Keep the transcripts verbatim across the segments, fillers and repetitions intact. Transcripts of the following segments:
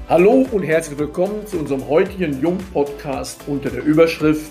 Hallo und herzlich willkommen zu unserem heutigen Jung-Podcast unter der Überschrift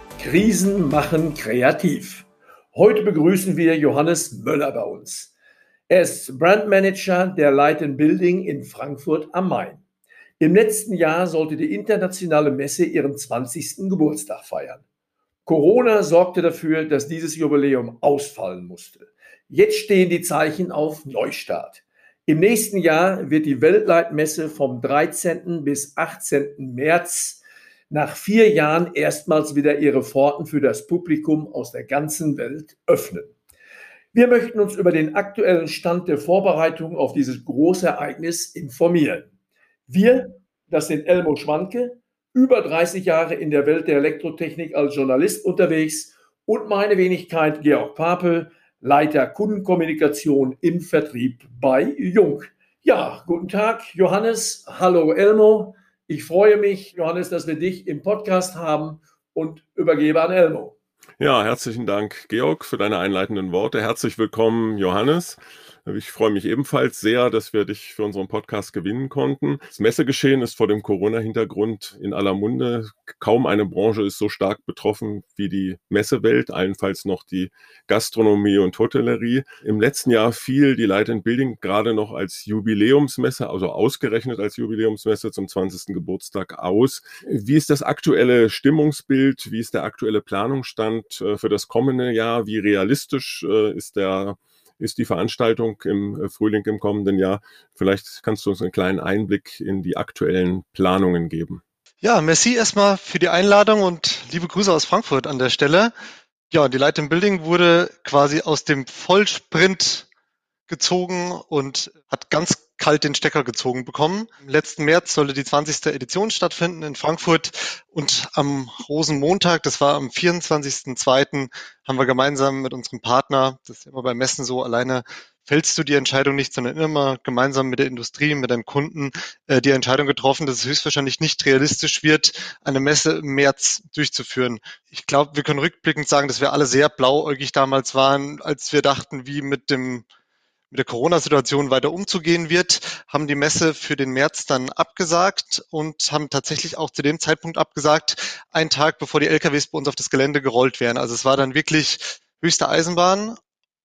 Krisen machen kreativ. Heute begrüßen wir Johannes Möller bei uns. Er ist Brandmanager der Light and Building in Frankfurt am Main. Im letzten Jahr sollte die internationale Messe ihren zwanzigsten Geburtstag feiern. Corona sorgte dafür, dass dieses Jubiläum ausfallen musste. Jetzt stehen die Zeichen auf Neustart. Im nächsten Jahr wird die Weltleitmesse vom dreizehnten bis achtzehnten März nach vier Jahren erstmals wieder ihre Pforten für das Publikum aus der ganzen Welt öffnen. Wir möchten uns über den aktuellen Stand der Vorbereitung auf dieses große Ereignis informieren. Wir, das sind Elmo Schwanke, über dreißig Jahre in der Welt der Elektrotechnik als Journalist unterwegs, und meine Wenigkeit Georg Papel, Leiter Kundenkommunikation im Vertrieb bei Jung. Ja, guten Tag, Johannes. Hallo, Elmo. Ich freue mich, Johannes, dass wir dich im Podcast haben und übergebe an Elmo. Ja, herzlichen Dank, Georg, für deine einleitenden Worte. Herzlich willkommen, Johannes. Ich freue mich ebenfalls sehr, dass wir dich für unseren Podcast gewinnen konnten. Das Messegeschehen ist vor dem Corona-Hintergrund in aller Munde. Kaum eine Branche ist so stark betroffen wie die Messewelt, allenfalls noch die Gastronomie und Hotellerie. Im letzten Jahr fiel die Light and Building gerade noch als Jubiläumsmesse, also ausgerechnet als Jubiläumsmesse zum zwanzigsten Geburtstag aus. Wie ist das aktuelle Stimmungsbild? Wie ist der aktuelle Planungsstand für das kommende Jahr? Wie realistisch ist der ist die Veranstaltung im Frühling im kommenden Jahr? Vielleicht kannst du uns einen kleinen Einblick in die aktuellen Planungen geben. Ja, merci erstmal für die Einladung und liebe Grüße aus Frankfurt an der Stelle. Ja, die Light and Building wurde quasi aus dem Vollsprint gezogen und hat ganz kalt den Stecker gezogen bekommen. Im letzten März sollte die zwanzigste Edition stattfinden in Frankfurt und am Rosenmontag, das war am vierundzwanzigsten zweiten, haben wir gemeinsam mit unserem Partner, das ist immer bei Messen so, alleine fällst du die Entscheidung nicht, sondern immer gemeinsam mit der Industrie, mit deinen Kunden äh, die Entscheidung getroffen, dass es höchstwahrscheinlich nicht realistisch wird, eine Messe im März durchzuführen. Ich glaube, wir können rückblickend sagen, dass wir alle sehr blauäugig damals waren, als wir dachten, wie mit dem mit der Corona-Situation weiter umzugehen wird, haben die Messe für den März dann abgesagt und haben tatsächlich auch zu dem Zeitpunkt abgesagt, einen Tag bevor die L K Ws bei uns auf das Gelände gerollt wären. Also es war dann wirklich höchste Eisenbahn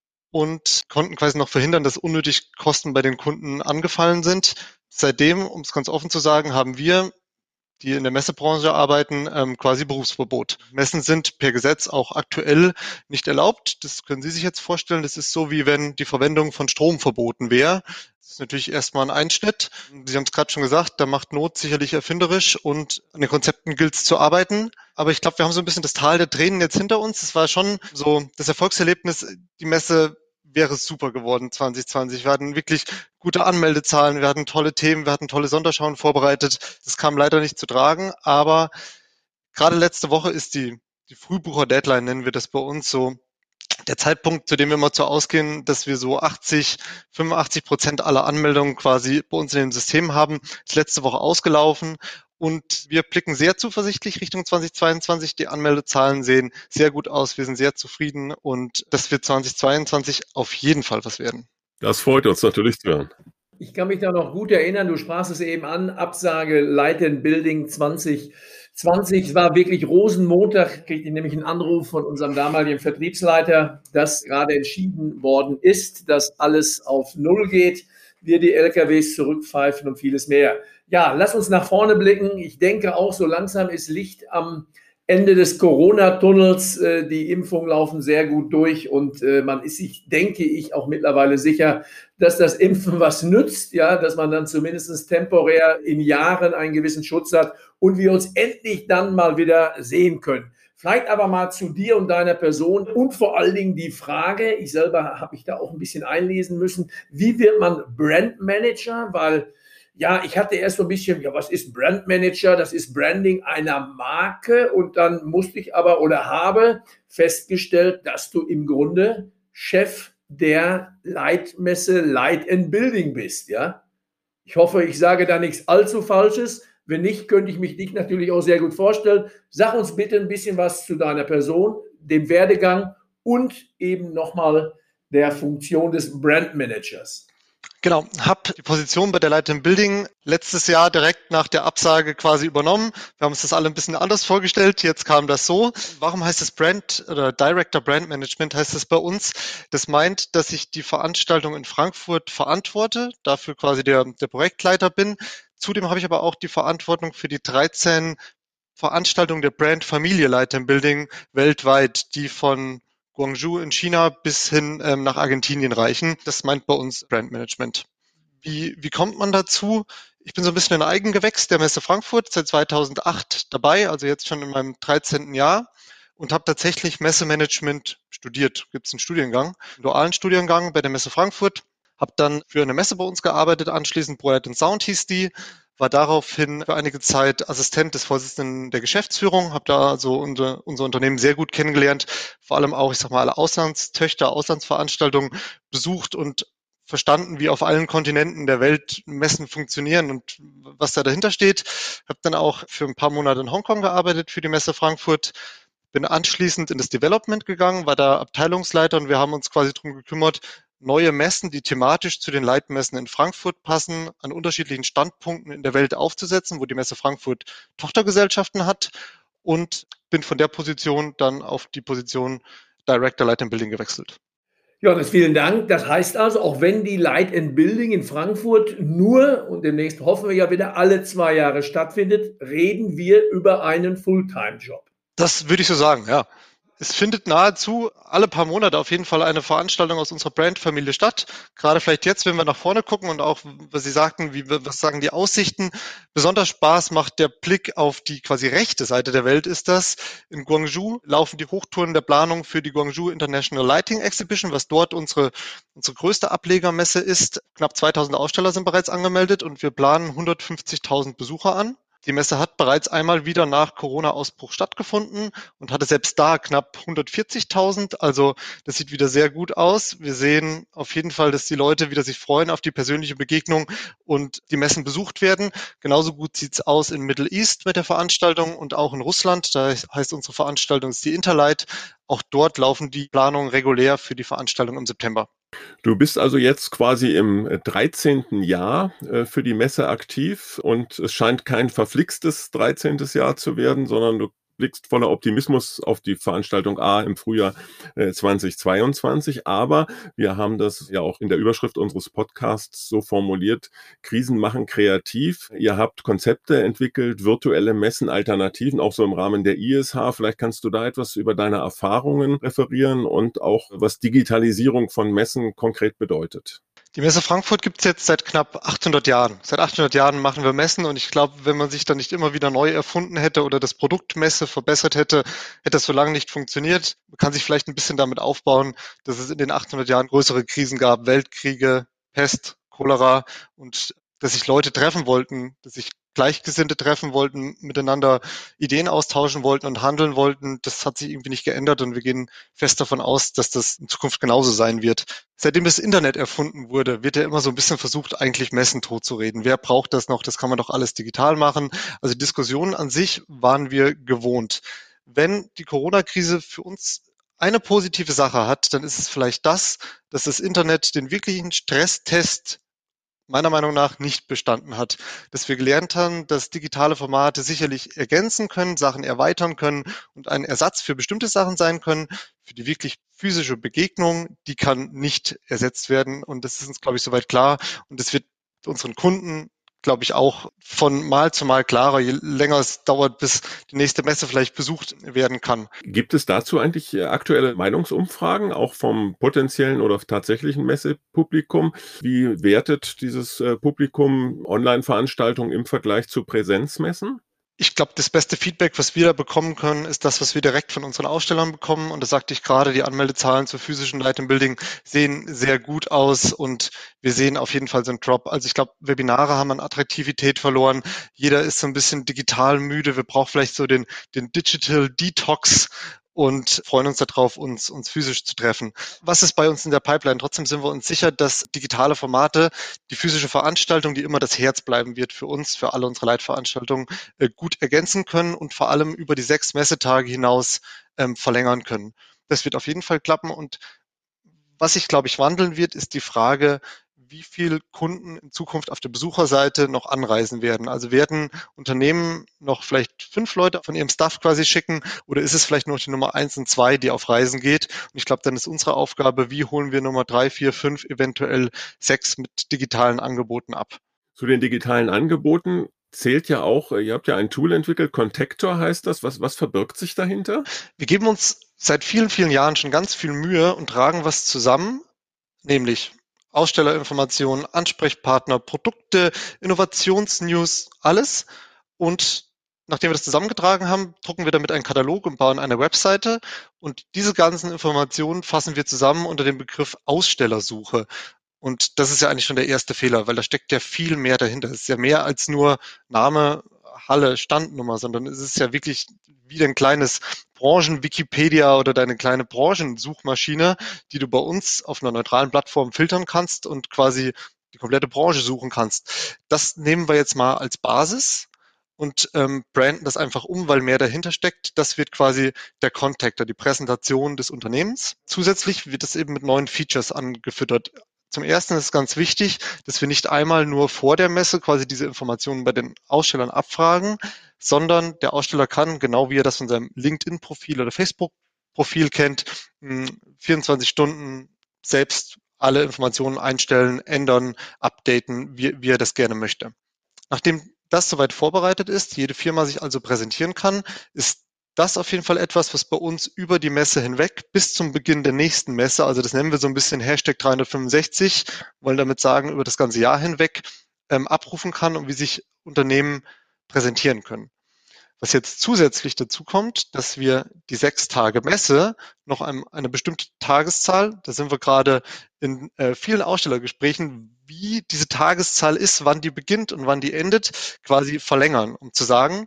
und konnten quasi noch verhindern, dass unnötig Kosten bei den Kunden angefallen sind. Seitdem, um es ganz offen zu sagen, haben wir, die in der Messebranche arbeiten, ähm, quasi Berufsverbot. Messen sind per Gesetz auch aktuell nicht erlaubt. Das können Sie sich jetzt vorstellen. Das ist so, wie wenn die Verwendung von Strom verboten wäre. Das ist natürlich erstmal ein Einschnitt. Sie haben es gerade schon gesagt, da macht Not sicherlich erfinderisch und an den Konzepten gilt es zu arbeiten. Aber ich glaube, wir haben so ein bisschen das Tal der Tränen jetzt hinter uns. Es war schon so das Erfolgserlebnis, die Messe wäre super geworden zwanzig zwanzig. Wir hatten wirklich gute Anmeldezahlen, wir hatten tolle Themen, wir hatten tolle Sonderschauen vorbereitet. Das kam leider nicht zu tragen, aber gerade letzte Woche ist die, die Frühbucher-Deadline, nennen wir das bei uns so, der Zeitpunkt, zu dem wir immer so ausgehen, dass wir so achtzig, fünfundachtzig Prozent aller Anmeldungen quasi bei uns in dem System haben, ist letzte Woche ausgelaufen. Und wir blicken sehr zuversichtlich Richtung zwanzig zweiundzwanzig. Die Anmeldezahlen sehen sehr gut aus. Wir sind sehr zufrieden und das wird zwanzig zweiundzwanzig auf jeden Fall was werden. Das freut uns natürlich zu hören. Ich kann mich da noch gut erinnern, du sprachst es eben an, Absage Light and Building zwanzig zwanzig. Es war wirklich Rosenmontag, kriegte ich nämlich einen Anruf von unserem damaligen Vertriebsleiter, dass gerade entschieden worden ist, dass alles auf Null geht, wir die L K Ws zurückpfeifen und vieles mehr. Ja, lass uns nach vorne blicken. Ich denke auch, so langsam ist Licht am Ende des Corona-Tunnels. Äh, die Impfungen laufen sehr gut durch und äh, man ist sich, denke ich, auch mittlerweile sicher, dass das Impfen was nützt, ja, dass man dann zumindest temporär in Jahren einen gewissen Schutz hat und wir uns endlich dann mal wieder sehen können. Vielleicht aber mal zu dir und deiner Person und vor allen Dingen die Frage, ich selber habe mich da auch ein bisschen einlesen müssen, wie wird man Brandmanager? Weil ja, ich hatte erst so ein bisschen, ja, was ist Brandmanager? Das ist Branding einer Marke und dann musste ich aber oder habe festgestellt, dass du im Grunde Chef der Leitmesse Light and Building bist, ja? Ich hoffe, ich sage da nichts allzu Falsches. Wenn nicht, könnte ich mich dich natürlich auch sehr gut vorstellen. Sag uns bitte ein bisschen was zu deiner Person, dem Werdegang und eben nochmal der Funktion des Brandmanagers. Genau, habe die Position bei der Light and Building letztes Jahr direkt nach der Absage quasi übernommen. Wir haben uns das alle ein bisschen anders vorgestellt. Jetzt kam das so. Warum heißt es Brand oder Director Brand Management heißt es bei uns? Das meint, dass ich die Veranstaltung in Frankfurt verantworte, dafür quasi der, der Projektleiter bin. Zudem habe ich aber auch die Verantwortung für die dreizehn Veranstaltungen der Brand Familie Light and Building weltweit, die von Guangzhou in China bis hin ähm, nach Argentinien reichen. Das meint bei uns Brandmanagement. Wie, wie kommt man dazu? Ich bin so ein bisschen ein Eigengewächs der Messe Frankfurt, seit zweitausendacht dabei, also jetzt schon in meinem dreizehnten Jahr und habe tatsächlich Messemanagement studiert. Gibt es einen Studiengang, einen dualen Studiengang bei der Messe Frankfurt. Habe dann für eine Messe bei uns gearbeitet, anschließend Bright and Sound hieß die, war daraufhin für einige Zeit Assistent des Vorsitzenden der Geschäftsführung, habe da so unser, unser Unternehmen sehr gut kennengelernt, vor allem auch, ich sag mal, alle Auslandstöchter, Auslandsveranstaltungen besucht und verstanden, wie auf allen Kontinenten der Welt Messen funktionieren und was da dahinter steht. Habe dann auch für ein paar Monate in Hongkong gearbeitet für die Messe Frankfurt, bin anschließend in das Development gegangen, war da Abteilungsleiter und wir haben uns quasi darum gekümmert, neue Messen, die thematisch zu den Leitmessen in Frankfurt passen, an unterschiedlichen Standpunkten in der Welt aufzusetzen, wo die Messe Frankfurt Tochtergesellschaften hat und bin von der Position dann auf die Position Director Light and Building gewechselt. Johannes, vielen Dank. Das heißt also, auch wenn die Light and Building in Frankfurt nur, und demnächst hoffen wir ja wieder, alle zwei Jahre stattfindet, reden wir über einen Fulltime-Job. Das würde ich so sagen, ja. Es findet nahezu alle paar Monate auf jeden Fall eine Veranstaltung aus unserer Brandfamilie statt. Gerade vielleicht jetzt, wenn wir nach vorne gucken und auch, was Sie sagten, wie, was sagen die Aussichten. Besonders Spaß macht der Blick auf die quasi rechte Seite der Welt ist das. In Guangzhou laufen die Hochtouren der Planung für die Guangzhou International Lighting Exhibition, was dort unsere, unsere größte Ablegermesse ist. Knapp zweitausend Aussteller sind bereits angemeldet und wir planen hundertfünfzigtausend Besucher an. Die Messe hat bereits einmal wieder nach Corona-Ausbruch stattgefunden und hatte selbst da knapp hundertvierzigtausend. Also das sieht wieder sehr gut aus. Wir sehen auf jeden Fall, dass die Leute wieder sich freuen auf die persönliche Begegnung und die Messen besucht werden. Genauso gut sieht's aus in Middle East mit der Veranstaltung und auch in Russland. Da heißt unsere Veranstaltung ist die Interlight. Auch dort laufen die Planungen regulär für die Veranstaltung im September. Du bist also jetzt quasi im dreizehnten Jahr äh, für die Messe aktiv und es scheint kein verflixtes dreizehntes Jahr zu werden, sondern du blickst voller Optimismus auf die Veranstaltung A im Frühjahr äh, zweitausendzweiundzwanzig. Aber wir haben das ja auch in der Überschrift unseres Podcasts so formuliert, Krisen machen kreativ. Ihr habt Konzepte entwickelt, virtuelle Messen, Alternativen, auch so im Rahmen der I S H. Vielleicht kannst du da etwas über deine Erfahrungen referieren und auch, was Digitalisierung von Messen konkret bedeutet. Die Messe Frankfurt gibt es jetzt seit knapp achthundert Jahren. Seit achthundert Jahren machen wir Messen und ich glaube, wenn man sich da nicht immer wieder neu erfunden hätte oder das Produkt Messe verbessert hätte, hätte das so lange nicht funktioniert. Man kann sich vielleicht ein bisschen damit aufbauen, dass es in den achthundert Jahren größere Krisen gab, Weltkriege, Pest, Cholera und dass sich Leute treffen wollten, dass sich Gleichgesinnte treffen wollten, miteinander Ideen austauschen wollten und handeln wollten. Das hat sich irgendwie nicht geändert und wir gehen fest davon aus, dass das in Zukunft genauso sein wird. Seitdem das Internet erfunden wurde, wird ja immer so ein bisschen versucht, eigentlich Messen totzureden. Wer braucht das noch? Das kann man doch alles digital machen. Also Diskussionen an sich waren wir gewohnt. Wenn die Corona-Krise für uns eine positive Sache hat, dann ist es vielleicht das, dass das Internet den wirklichen Stresstest meiner Meinung nach nicht bestanden hat. Dass wir gelernt haben, dass digitale Formate sicherlich ergänzen können, Sachen erweitern können und ein Ersatz für bestimmte Sachen sein können. Für die wirklich physische Begegnung, die kann nicht ersetzt werden. Und das ist uns, glaube ich, soweit klar. Und das wird unseren Kunden, glaube ich, auch von Mal zu Mal klarer, je länger es dauert, bis die nächste Messe vielleicht besucht werden kann. Gibt es dazu eigentlich aktuelle Meinungsumfragen, auch vom potenziellen oder tatsächlichen Messepublikum? Wie wertet dieses Publikum Online-Veranstaltungen im Vergleich zu Präsenzmessen? Ich glaube, das beste Feedback, was wir da bekommen können, ist das, was wir direkt von unseren Ausstellern bekommen. Und das sagte ich gerade, die Anmeldezahlen zur physischen Light and Building sehen sehr gut aus und wir sehen auf jeden Fall so einen Drop. Also ich glaube, Webinare haben an Attraktivität verloren. Jeder ist so ein bisschen digital müde. Wir brauchen vielleicht so den, den Digital Detox und freuen uns darauf, uns, uns physisch zu treffen. Was ist bei uns in der Pipeline? Trotzdem sind wir uns sicher, dass digitale Formate die physische Veranstaltung, die immer das Herz bleiben wird für uns, für alle unsere Leitveranstaltungen, äh, gut ergänzen können und vor allem über die sechs Messetage hinaus ähm, verlängern können. Das wird auf jeden Fall klappen und was sich, glaube ich, wandeln wird, ist die Frage, wie viel Kunden in Zukunft auf der Besucherseite noch anreisen werden. Also werden Unternehmen noch vielleicht fünf Leute von ihrem Staff quasi schicken oder ist es vielleicht nur die Nummer eins und zwei, die auf Reisen geht? Und ich glaube, dann ist unsere Aufgabe, wie holen wir Nummer drei, vier, fünf, eventuell sechs mit digitalen Angeboten ab? Zu den digitalen Angeboten zählt ja auch, ihr habt ja ein Tool entwickelt, Contactor heißt das. Was, was verbirgt sich dahinter? Wir geben uns seit vielen, vielen Jahren schon ganz viel Mühe und tragen was zusammen, nämlich Ausstellerinformationen, Ansprechpartner, Produkte, Innovationsnews, alles. Und nachdem wir das zusammengetragen haben, drucken wir damit einen Katalog und bauen eine Webseite. Und diese ganzen Informationen fassen wir zusammen unter dem Begriff Ausstellersuche. Und das ist ja eigentlich schon der erste Fehler, weil da steckt ja viel mehr dahinter. Es ist ja mehr als nur Name, Halle, Standnummer, sondern es ist ja wirklich wie ein kleines Branchen-Wikipedia oder deine kleine Branchensuchmaschine, die du bei uns auf einer neutralen Plattform filtern kannst und quasi die komplette Branche suchen kannst. Das nehmen wir jetzt mal als Basis und ähm, branden das einfach um, weil mehr dahinter steckt. Das wird quasi der Contactor, die Präsentation des Unternehmens. Zusätzlich wird das eben mit neuen Features angefüttert. Zum Ersten ist es ganz wichtig, dass wir nicht einmal nur vor der Messe quasi diese Informationen bei den Ausstellern abfragen, sondern der Aussteller kann, genau wie er das von seinem LinkedIn-Profil oder Facebook-Profil kennt, vierundzwanzig Stunden selbst alle Informationen einstellen, ändern, updaten, wie, wie er das gerne möchte. Nachdem das soweit vorbereitet ist, jede Firma sich also präsentieren kann, ist das auf jeden Fall etwas, was bei uns über die Messe hinweg bis zum Beginn der nächsten Messe, also das nennen wir so ein bisschen Hashtag dreihundertfünfundsechzig, wollen damit sagen, über das ganze Jahr hinweg ähm, abrufen kann und wie sich Unternehmen präsentieren können. Was jetzt zusätzlich dazu kommt, dass wir die sechs Tage Messe noch ein, eine bestimmte Tageszahl, da sind wir gerade in äh, vielen Ausstellergesprächen, wie diese Tageszahl ist, wann die beginnt und wann die endet, quasi verlängern, um zu sagen,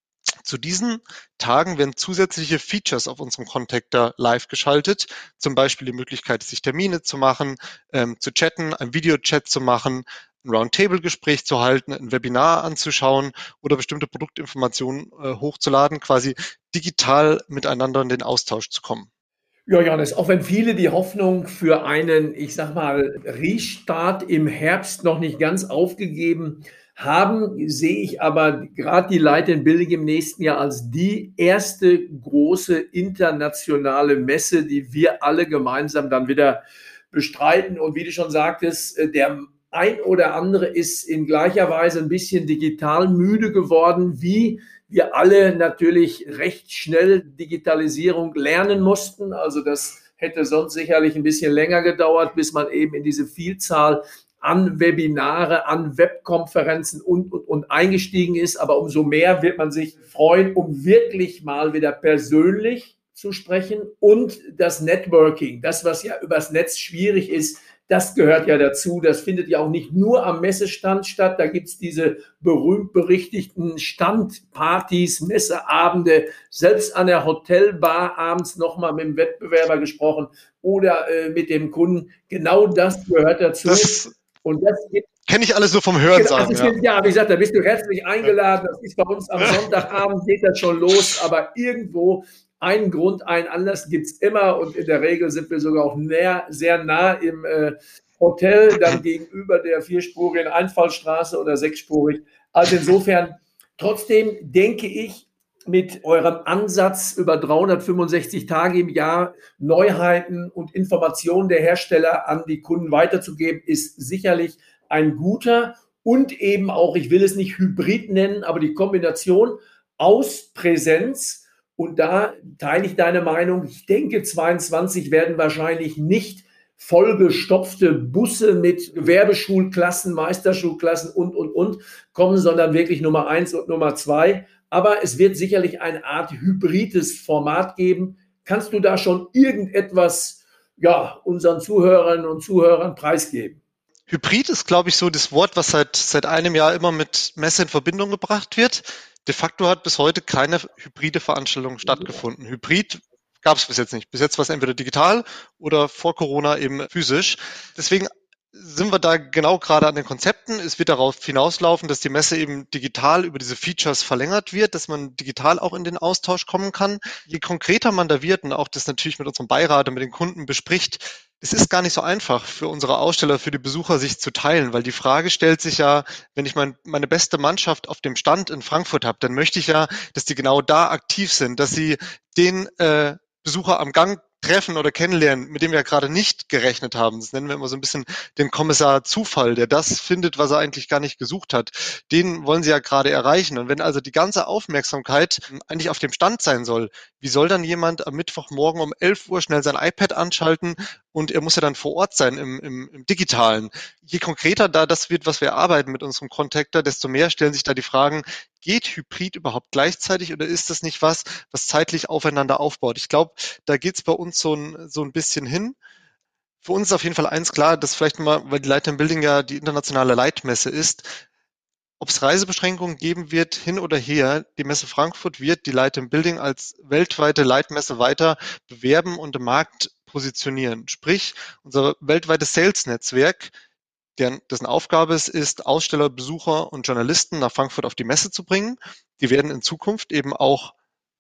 zu diesen Tagen werden zusätzliche Features auf unserem Contactor live geschaltet, zum Beispiel die Möglichkeit, sich Termine zu machen, ähm, zu chatten, ein Videochat zu machen, ein Roundtable-Gespräch zu halten, ein Webinar anzuschauen oder bestimmte Produktinformationen äh, hochzuladen, quasi digital miteinander in den Austausch zu kommen. Ja, Johannes, auch wenn viele die Hoffnung für einen, ich sag mal, Restart im Herbst noch nicht ganz aufgegeben haben, sehe ich aber gerade die Light and Building im nächsten Jahr als die erste große internationale Messe, die wir alle gemeinsam dann wieder bestreiten. Und wie du schon sagtest, der ein oder andere ist in gleicher Weise ein bisschen digital müde geworden, wie wir alle natürlich recht schnell Digitalisierung lernen mussten. Also das hätte sonst sicherlich ein bisschen länger gedauert, bis man eben in diese Vielzahl an Webinare, an Webkonferenzen und, und, und eingestiegen ist. Aber umso mehr wird man sich freuen, um wirklich mal wieder persönlich zu sprechen. Und das Networking, das, was ja übers Netz schwierig ist, das gehört ja dazu. Das findet ja auch nicht nur am Messestand statt. Da gibt es diese berühmt-berichtigten Standpartys, Messeabende, selbst an der Hotelbar abends nochmal mit dem Wettbewerber gesprochen oder äh, mit dem Kunden. Genau das gehört dazu. Das Und das kenne ich alles nur vom Hören sagen. Ja. ja, wie gesagt, da bist du herzlich eingeladen. Das ist bei uns am Sonntagabend, geht das schon los. Aber irgendwo einen Grund, einen Anlass gibt es immer. Und in der Regel sind wir sogar auch näher, sehr nah im äh, Hotel, dann gegenüber der vierspurigen Einfallstraße oder sechsspurig. Also insofern, trotzdem denke ich, mit eurem Ansatz über dreihundertfünfundsechzig Tage im Jahr Neuheiten und Informationen der Hersteller an die Kunden weiterzugeben, ist sicherlich ein guter und eben auch, ich will es nicht Hybrid nennen, aber die Kombination aus Präsenz. Und da teile ich deine Meinung. Ich denke, zweiundzwanzig werden wahrscheinlich nicht vollgestopfte Busse mit Gewerbeschulklassen, Meisterschulklassen und, und, und kommen, sondern wirklich Nummer eins und Nummer zwei. Aber es wird sicherlich eine Art hybrides Format geben. Kannst du da schon irgendetwas, ja, unseren Zuhörerinnen und Zuhörern preisgeben? Hybrid ist, glaube ich, so das Wort, was seit, seit einem Jahr immer mit Messe in Verbindung gebracht wird. De facto hat bis heute keine hybride Veranstaltung stattgefunden. Hybrid gab es bis jetzt nicht. Bis jetzt war es entweder digital oder vor Corona eben physisch. Deswegen sind wir da genau gerade an den Konzepten. Es wird darauf hinauslaufen, dass die Messe eben digital über diese Features verlängert wird, dass man digital auch in den Austausch kommen kann. Je konkreter man da wird und auch das natürlich mit unserem Beirat und mit den Kunden bespricht, es ist gar nicht so einfach für unsere Aussteller, für die Besucher sich zu teilen, weil die Frage stellt sich ja, wenn ich mein, meine beste Mannschaft auf dem Stand in Frankfurt habe, dann möchte ich ja, dass die genau da aktiv sind, dass sie den äh, Besucher am Gang treffen oder kennenlernen, mit dem wir gerade nicht gerechnet haben. Das nennen wir immer so ein bisschen den Kommissar Zufall, der das findet, was er eigentlich gar nicht gesucht hat. Den wollen sie ja gerade erreichen. Und wenn also die ganze Aufmerksamkeit eigentlich auf dem Stand sein soll, wie soll dann jemand am Mittwochmorgen um elf Uhr schnell sein iPad anschalten und er muss ja dann vor Ort sein im, im, im Digitalen? Je konkreter da das wird, was wir erarbeiten mit unserem Contactor, desto mehr stellen sich da die Fragen, geht Hybrid überhaupt gleichzeitig oder ist das nicht was, was zeitlich aufeinander aufbaut? Ich glaube, da geht es bei uns so ein, so ein bisschen hin. Für uns ist auf jeden Fall eins klar, dass vielleicht mal, weil die Light and Building ja die internationale Leitmesse ist, ob es Reisebeschränkungen geben wird, hin oder her, die Messe Frankfurt wird die Light and Building als weltweite Leitmesse weiter bewerben und im Markt positionieren. Sprich, unser weltweites Sales-Netzwerk, deren, dessen Aufgabe es ist, Aussteller, Besucher und Journalisten nach Frankfurt auf die Messe zu bringen. Die werden in Zukunft eben auch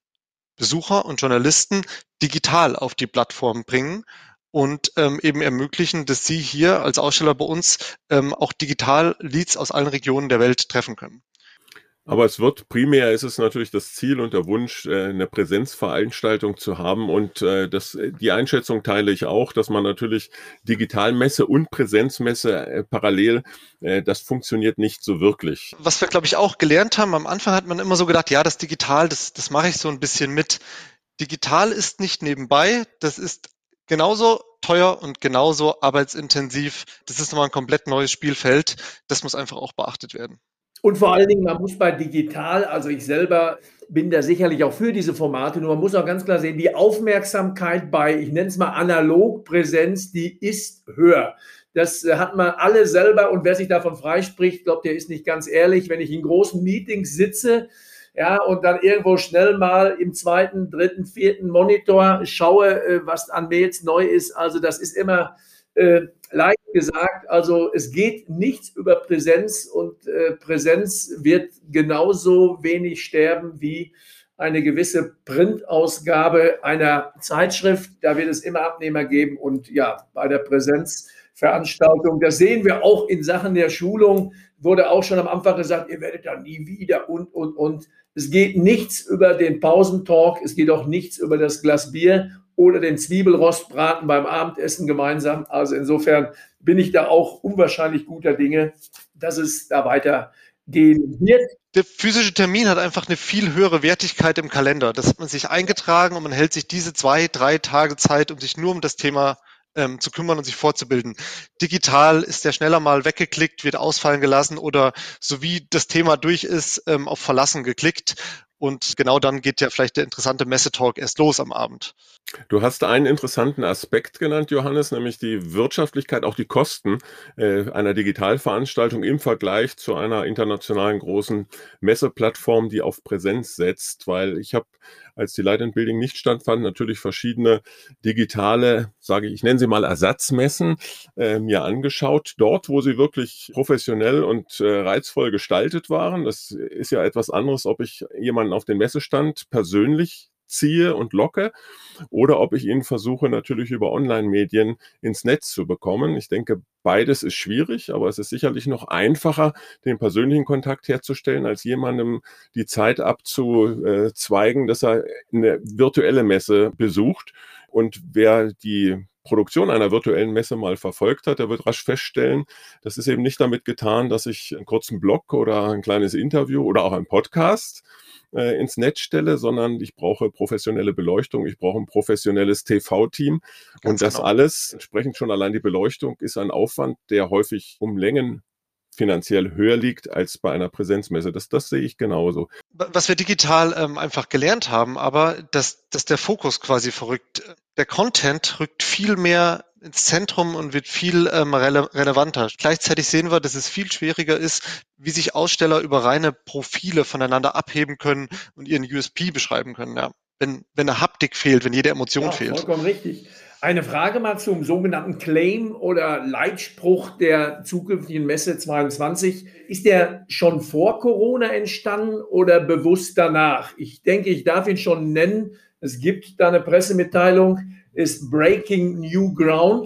Besucher und Journalisten digital auf die Plattform bringen und ähm, eben ermöglichen, dass sie hier als Aussteller bei uns ähm, auch digital Leads aus allen Regionen der Welt treffen können. Aber es wird primär ist es natürlich das Ziel und der Wunsch, eine Präsenzveranstaltung zu haben. Und das, die Einschätzung teile ich auch, dass man natürlich Digitalmesse und Präsenzmesse parallel, das funktioniert nicht so wirklich. Was wir, glaube ich, auch gelernt haben, am Anfang hat man immer so gedacht, ja, das Digital, das, das mache ich so ein bisschen mit. Digital ist nicht nebenbei, das ist genauso teuer und genauso arbeitsintensiv. Das ist nochmal ein komplett neues Spielfeld. Das muss einfach auch beachtet werden. Und vor allen Dingen, man muss bei digital, also ich selber bin da sicherlich auch für diese Formate, nur man muss auch ganz klar sehen, die Aufmerksamkeit bei, ich nenne es mal Analogpräsenz, die ist höher. Das hat man alle selber und wer sich davon freispricht, glaubt, der ist nicht ganz ehrlich. Wenn ich in großen Meetings sitze, ja, und dann irgendwo schnell mal im zweiten, dritten, vierten Monitor schaue, was an Mails neu ist, also das ist immer äh, leicht gesagt, also es geht nichts über Präsenz und äh, Präsenz wird genauso wenig sterben wie eine gewisse Printausgabe einer Zeitschrift. Da wird es immer Abnehmer geben und ja, bei der Präsenzveranstaltung, das sehen wir auch in Sachen der Schulung, wurde auch schon am Anfang gesagt, ihr werdet da nie wieder und, und, und. Es geht nichts über den Pausentalk, es geht auch nichts über das Glas Bier oder den Zwiebelrostbraten beim Abendessen gemeinsam. Also insofern bin ich da auch unwahrscheinlich guter Dinge, dass es da weitergehen wird. Der physische Termin hat einfach eine viel höhere Wertigkeit im Kalender. Das hat man sich eingetragen und man hält sich diese zwei, drei Tage Zeit, um sich nur um das Thema ähm, zu kümmern und sich fortzubilden. Digital ist der schneller mal weggeklickt, wird ausfallen gelassen oder so wie das Thema durch ist, ähm, auf Verlassen geklickt. Und genau dann geht ja vielleicht der interessante Messetalk erst los am Abend. Du hast einen interessanten Aspekt genannt, Johannes, nämlich die Wirtschaftlichkeit, auch die Kosten äh, einer Digitalveranstaltung im Vergleich zu einer internationalen großen Messeplattform, die auf Präsenz setzt. Weil ich habe, als die Light and Building nicht stattfand, natürlich verschiedene digitale, sage ich, ich nenne sie mal Ersatzmessen, äh, mir angeschaut. Dort, wo sie wirklich professionell und äh, reizvoll gestaltet waren. Das ist ja etwas anderes, ob ich jemanden auf den Messestand persönlich ziehe und locke oder ob ich ihn versuche, natürlich über Online-Medien ins Netz zu bekommen. Ich denke, beides ist schwierig, aber es ist sicherlich noch einfacher, den persönlichen Kontakt herzustellen, als jemandem die Zeit abzuzweigen, dass er eine virtuelle Messe besucht. Und wer die Produktion einer virtuellen Messe mal verfolgt hat, der wird rasch feststellen, das ist eben nicht damit getan, dass ich einen kurzen Blog oder ein kleines Interview oder auch einen Podcast äh, ins Netz stelle, sondern ich brauche professionelle Beleuchtung, ich brauche ein professionelles T V-Team und das genau. Alles, entsprechend schon allein die Beleuchtung, ist ein Aufwand, der häufig um Längen finanziell höher liegt als bei einer Präsenzmesse. Das, das sehe ich genauso. Was wir digital ähm, einfach gelernt haben, aber dass, dass der Fokus quasi verrückt. Der Content rückt viel mehr ins Zentrum und wird viel ähm, rele- relevanter. Gleichzeitig sehen wir, dass es viel schwieriger ist, wie sich Aussteller über reine Profile voneinander abheben können und ihren U S P beschreiben können. Ja. Wenn, wenn eine Haptik fehlt, wenn jede Emotion ja, fehlt. Vollkommen richtig. Eine Frage mal zum sogenannten Claim oder Leitspruch der zukünftigen Messe zweiundzwanzig. Ist der schon vor Corona entstanden oder bewusst danach? Ich denke, ich darf ihn schon nennen. Es gibt da eine Pressemitteilung, ist Breaking New Ground.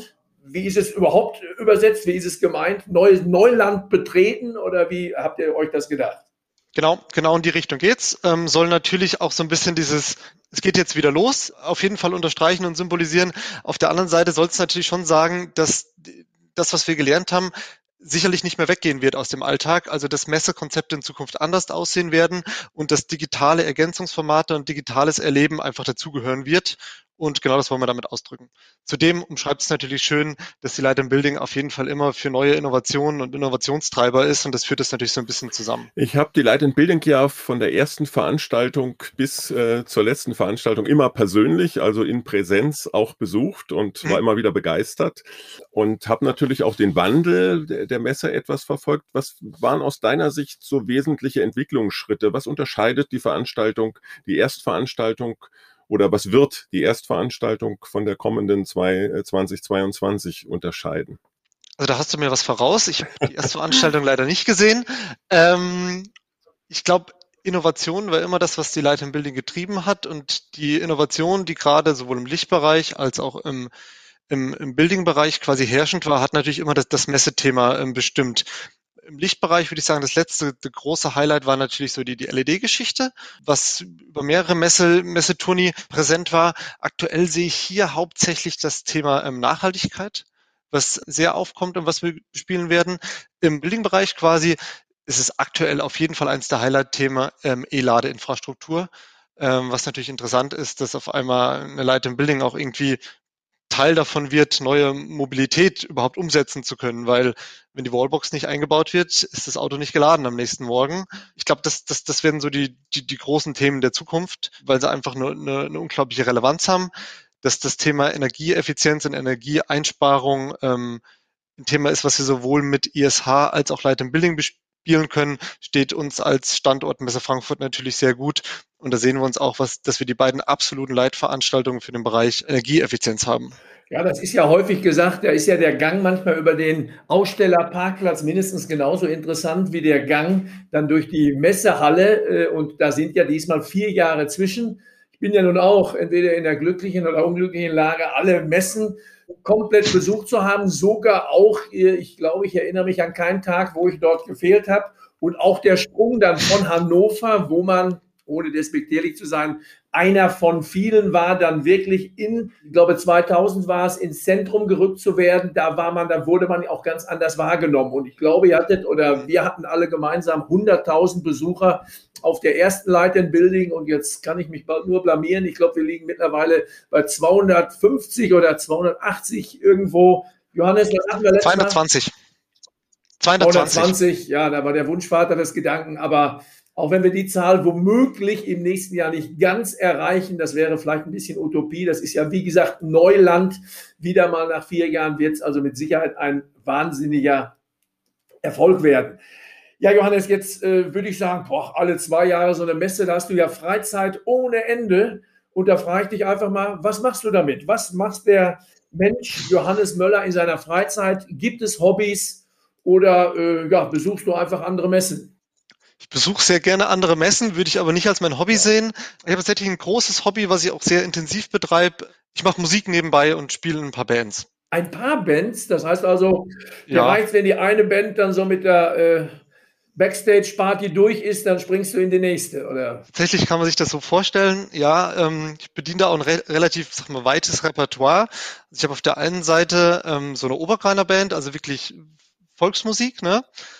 wie ist es überhaupt übersetzt? Wie ist es gemeint? Neues Neuland betreten oder wie habt ihr euch das gedacht? Genau, genau in die Richtung geht's. Ähm, soll natürlich auch so ein bisschen dieses, es geht jetzt wieder los, auf jeden Fall unterstreichen und symbolisieren. Auf der anderen Seite soll es natürlich schon sagen, dass das, was wir gelernt haben, sicherlich nicht mehr weggehen wird aus dem Alltag, also dass Messekonzepte in Zukunft anders aussehen werden und dass digitale Ergänzungsformate und digitales Erleben einfach dazugehören wird. Und genau das wollen wir damit ausdrücken. Zudem umschreibt es natürlich schön, dass die Light and Building auf jeden Fall immer für neue Innovationen und Innovationstreiber ist und das führt das natürlich so ein bisschen zusammen. Ich habe die Light and Building ja von der ersten Veranstaltung bis äh, zur letzten Veranstaltung immer persönlich, also in Präsenz auch besucht und mhm. war immer wieder begeistert und habe natürlich auch den Wandel der, der Messe etwas verfolgt. Was waren aus deiner Sicht so wesentliche Entwicklungsschritte? Was unterscheidet die Veranstaltung, die Erstveranstaltung oder was wird die Erstveranstaltung von der kommenden zwanzig zweiundzwanzig unterscheiden? Also da hast du mir was voraus. Ich habe die erste Veranstaltung leider nicht gesehen. Ähm, ich glaube, Innovation war immer das, was die Light and Building getrieben hat. Und die Innovation, die gerade sowohl im Lichtbereich als auch im, im, im Building-Bereich quasi herrschend war, hat natürlich immer das, das Messethema ähm, bestimmt. Im Lichtbereich würde ich sagen, das letzte das große Highlight war natürlich so die, die L E D-Geschichte, was über mehrere Messe, Messeturni präsent war. Aktuell sehe ich hier hauptsächlich das Thema ähm, Nachhaltigkeit, was sehr aufkommt und was wir spielen werden. Im Building-Bereich quasi ist es aktuell auf jeden Fall eins der Highlight-Themen ähm, E-Ladeinfrastruktur, ähm, was natürlich interessant ist, dass auf einmal eine Light and Building auch irgendwie Teil davon wird, neue Mobilität überhaupt umsetzen zu können, weil wenn die Wallbox nicht eingebaut wird, ist das Auto nicht geladen am nächsten Morgen. Ich glaube, das, das, das werden so die, die, die großen Themen der Zukunft, weil sie einfach eine, eine, eine unglaubliche Relevanz haben, dass das Thema Energieeffizienz und Energieeinsparung ähm, ein Thema ist, was wir sowohl mit I S H als auch Light and Building bespielen können, steht uns als Standort Messe Frankfurt natürlich sehr gut. Und da sehen wir uns auch, was, dass wir die beiden absoluten Leitveranstaltungen für den Bereich Energieeffizienz haben. Ja, das ist ja häufig gesagt, da ist ja der Gang manchmal über den Ausstellerparkplatz mindestens genauso interessant wie der Gang dann durch die Messehalle. Und da sind ja diesmal vier Jahre zwischen. Ich bin ja nun auch entweder in der glücklichen oder unglücklichen Lage, alle Messen komplett besucht zu haben, sogar auch, ich glaube, ich erinnere mich an keinen Tag, wo ich dort gefehlt habe. Und auch der Sprung dann von Hannover, wo man, ohne despektierlich zu sein, einer von vielen war, dann wirklich in, ich glaube zweitausend war es, ins Zentrum gerückt zu werden. Da war man, da wurde man auch ganz anders wahrgenommen. Und ich glaube, ihr hattet oder wir hatten alle gemeinsam hunderttausend Besucher auf der ersten Light and Building. Und jetzt kann ich mich bald nur blamieren. Ich glaube, wir liegen mittlerweile bei zweihundertfünfzig oder zweihundertachtzig irgendwo. Johannes, was hatten wir letztes Mal? zweihundertzwanzig. zweihundertzwanzig, ja, da war der Wunschvater des Gedanken, aber auch wenn wir die Zahl womöglich im nächsten Jahr nicht ganz erreichen, das wäre vielleicht ein bisschen Utopie. Das ist ja, wie gesagt, Neuland. Wieder mal nach vier Jahren wird es also mit Sicherheit ein wahnsinniger Erfolg werden. Ja, Johannes, jetzt äh, würde ich sagen, boah, alle zwei Jahre so eine Messe, da hast du ja Freizeit ohne Ende. Und da frage ich dich einfach mal, was machst du damit? Was macht der Mensch Johannes Möller in seiner Freizeit? Gibt es Hobbys oder äh, ja, besuchst du einfach andere Messen? Ich besuche sehr gerne andere Messen, würde ich aber nicht als mein Hobby sehen. Ich habe tatsächlich ein großes Hobby, was ich auch sehr intensiv betreibe. Ich mache Musik nebenbei und spiele in ein paar Bands. Ein paar Bands? Das heißt also, dir Ja. reicht, wenn die eine Band dann so mit der äh, Backstage-Party durch ist, dann springst du in die nächste, oder? Tatsächlich kann man sich das so vorstellen. Ja, ähm, ich bediene da auch ein re relativ, sag mal, weites Repertoire. Also ich habe auf der einen Seite ähm, so eine Oberkreiner Band, also wirklich Volksmusik, ne?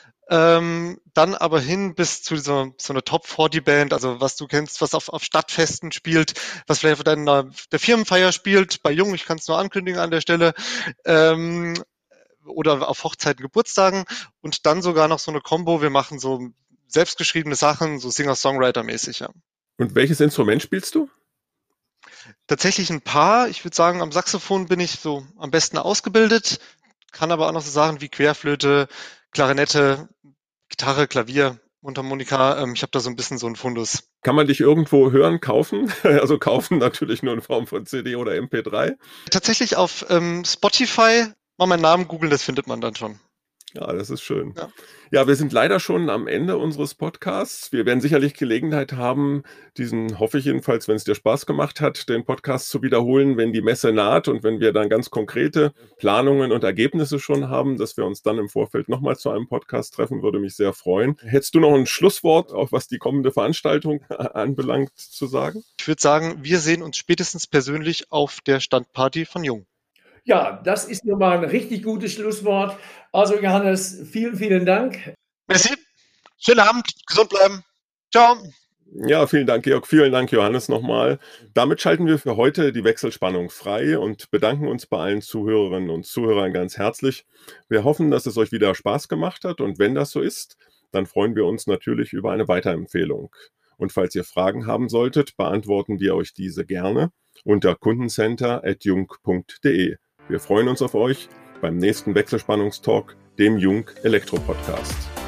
Ähm, dann aber hin bis zu so, so einer Top vierzig Band, also was du kennst, was auf, auf Stadtfesten spielt, was vielleicht auf deiner, der Firmenfeier spielt, bei Jung, ich kann es nur ankündigen an der Stelle, ähm, oder auf Hochzeiten, Geburtstagen und dann sogar noch so eine Combo, wir machen so selbstgeschriebene Sachen, so Singer-Songwriter-mäßig, ja. Und welches Instrument spielst du? Tatsächlich ein paar, ich würde sagen, am Saxophon bin ich so am besten ausgebildet, kann aber auch noch so Sachen wie Querflöte, Klarinette, Gitarre, Klavier, Mundharmonika. Ähm, ich habe da so ein bisschen so einen Fundus. Kann man dich irgendwo hören, kaufen? Also kaufen natürlich nur in Form von C D oder M P drei. Tatsächlich auf ähm, Spotify, mal meinen Namen googeln, das findet man dann schon. Ja, das ist schön. Ja. Ja, wir sind leider schon am Ende unseres Podcasts. Wir werden sicherlich Gelegenheit haben, diesen, hoffe ich jedenfalls, wenn es dir Spaß gemacht hat, den Podcast zu wiederholen, wenn die Messe naht und wenn wir dann ganz konkrete Planungen und Ergebnisse schon haben, dass wir uns dann im Vorfeld nochmal zu einem Podcast treffen, würde mich sehr freuen. Hättest du noch ein Schlusswort, auch was die kommende Veranstaltung anbelangt, zu sagen? Ich würde sagen, wir sehen uns spätestens persönlich auf der Standparty von Jung. Ja, das ist nun mal ein richtig gutes Schlusswort. Also Johannes, vielen, vielen Dank. Merci. Schönen Abend. Gesund bleiben. Ciao. Ja, vielen Dank, Georg. Vielen Dank, Johannes, nochmal. Damit schalten wir für heute die Wechselspannung frei und bedanken uns bei allen Zuhörerinnen und Zuhörern ganz herzlich. Wir hoffen, dass es euch wieder Spaß gemacht hat und wenn das so ist, dann freuen wir uns natürlich über eine Weiterempfehlung. Und falls ihr Fragen haben solltet, beantworten wir euch diese gerne unter kundencenter at jung punkt de. Wir freuen uns auf euch beim nächsten Wechselspannungstalk, dem Jung Elektro Podcast.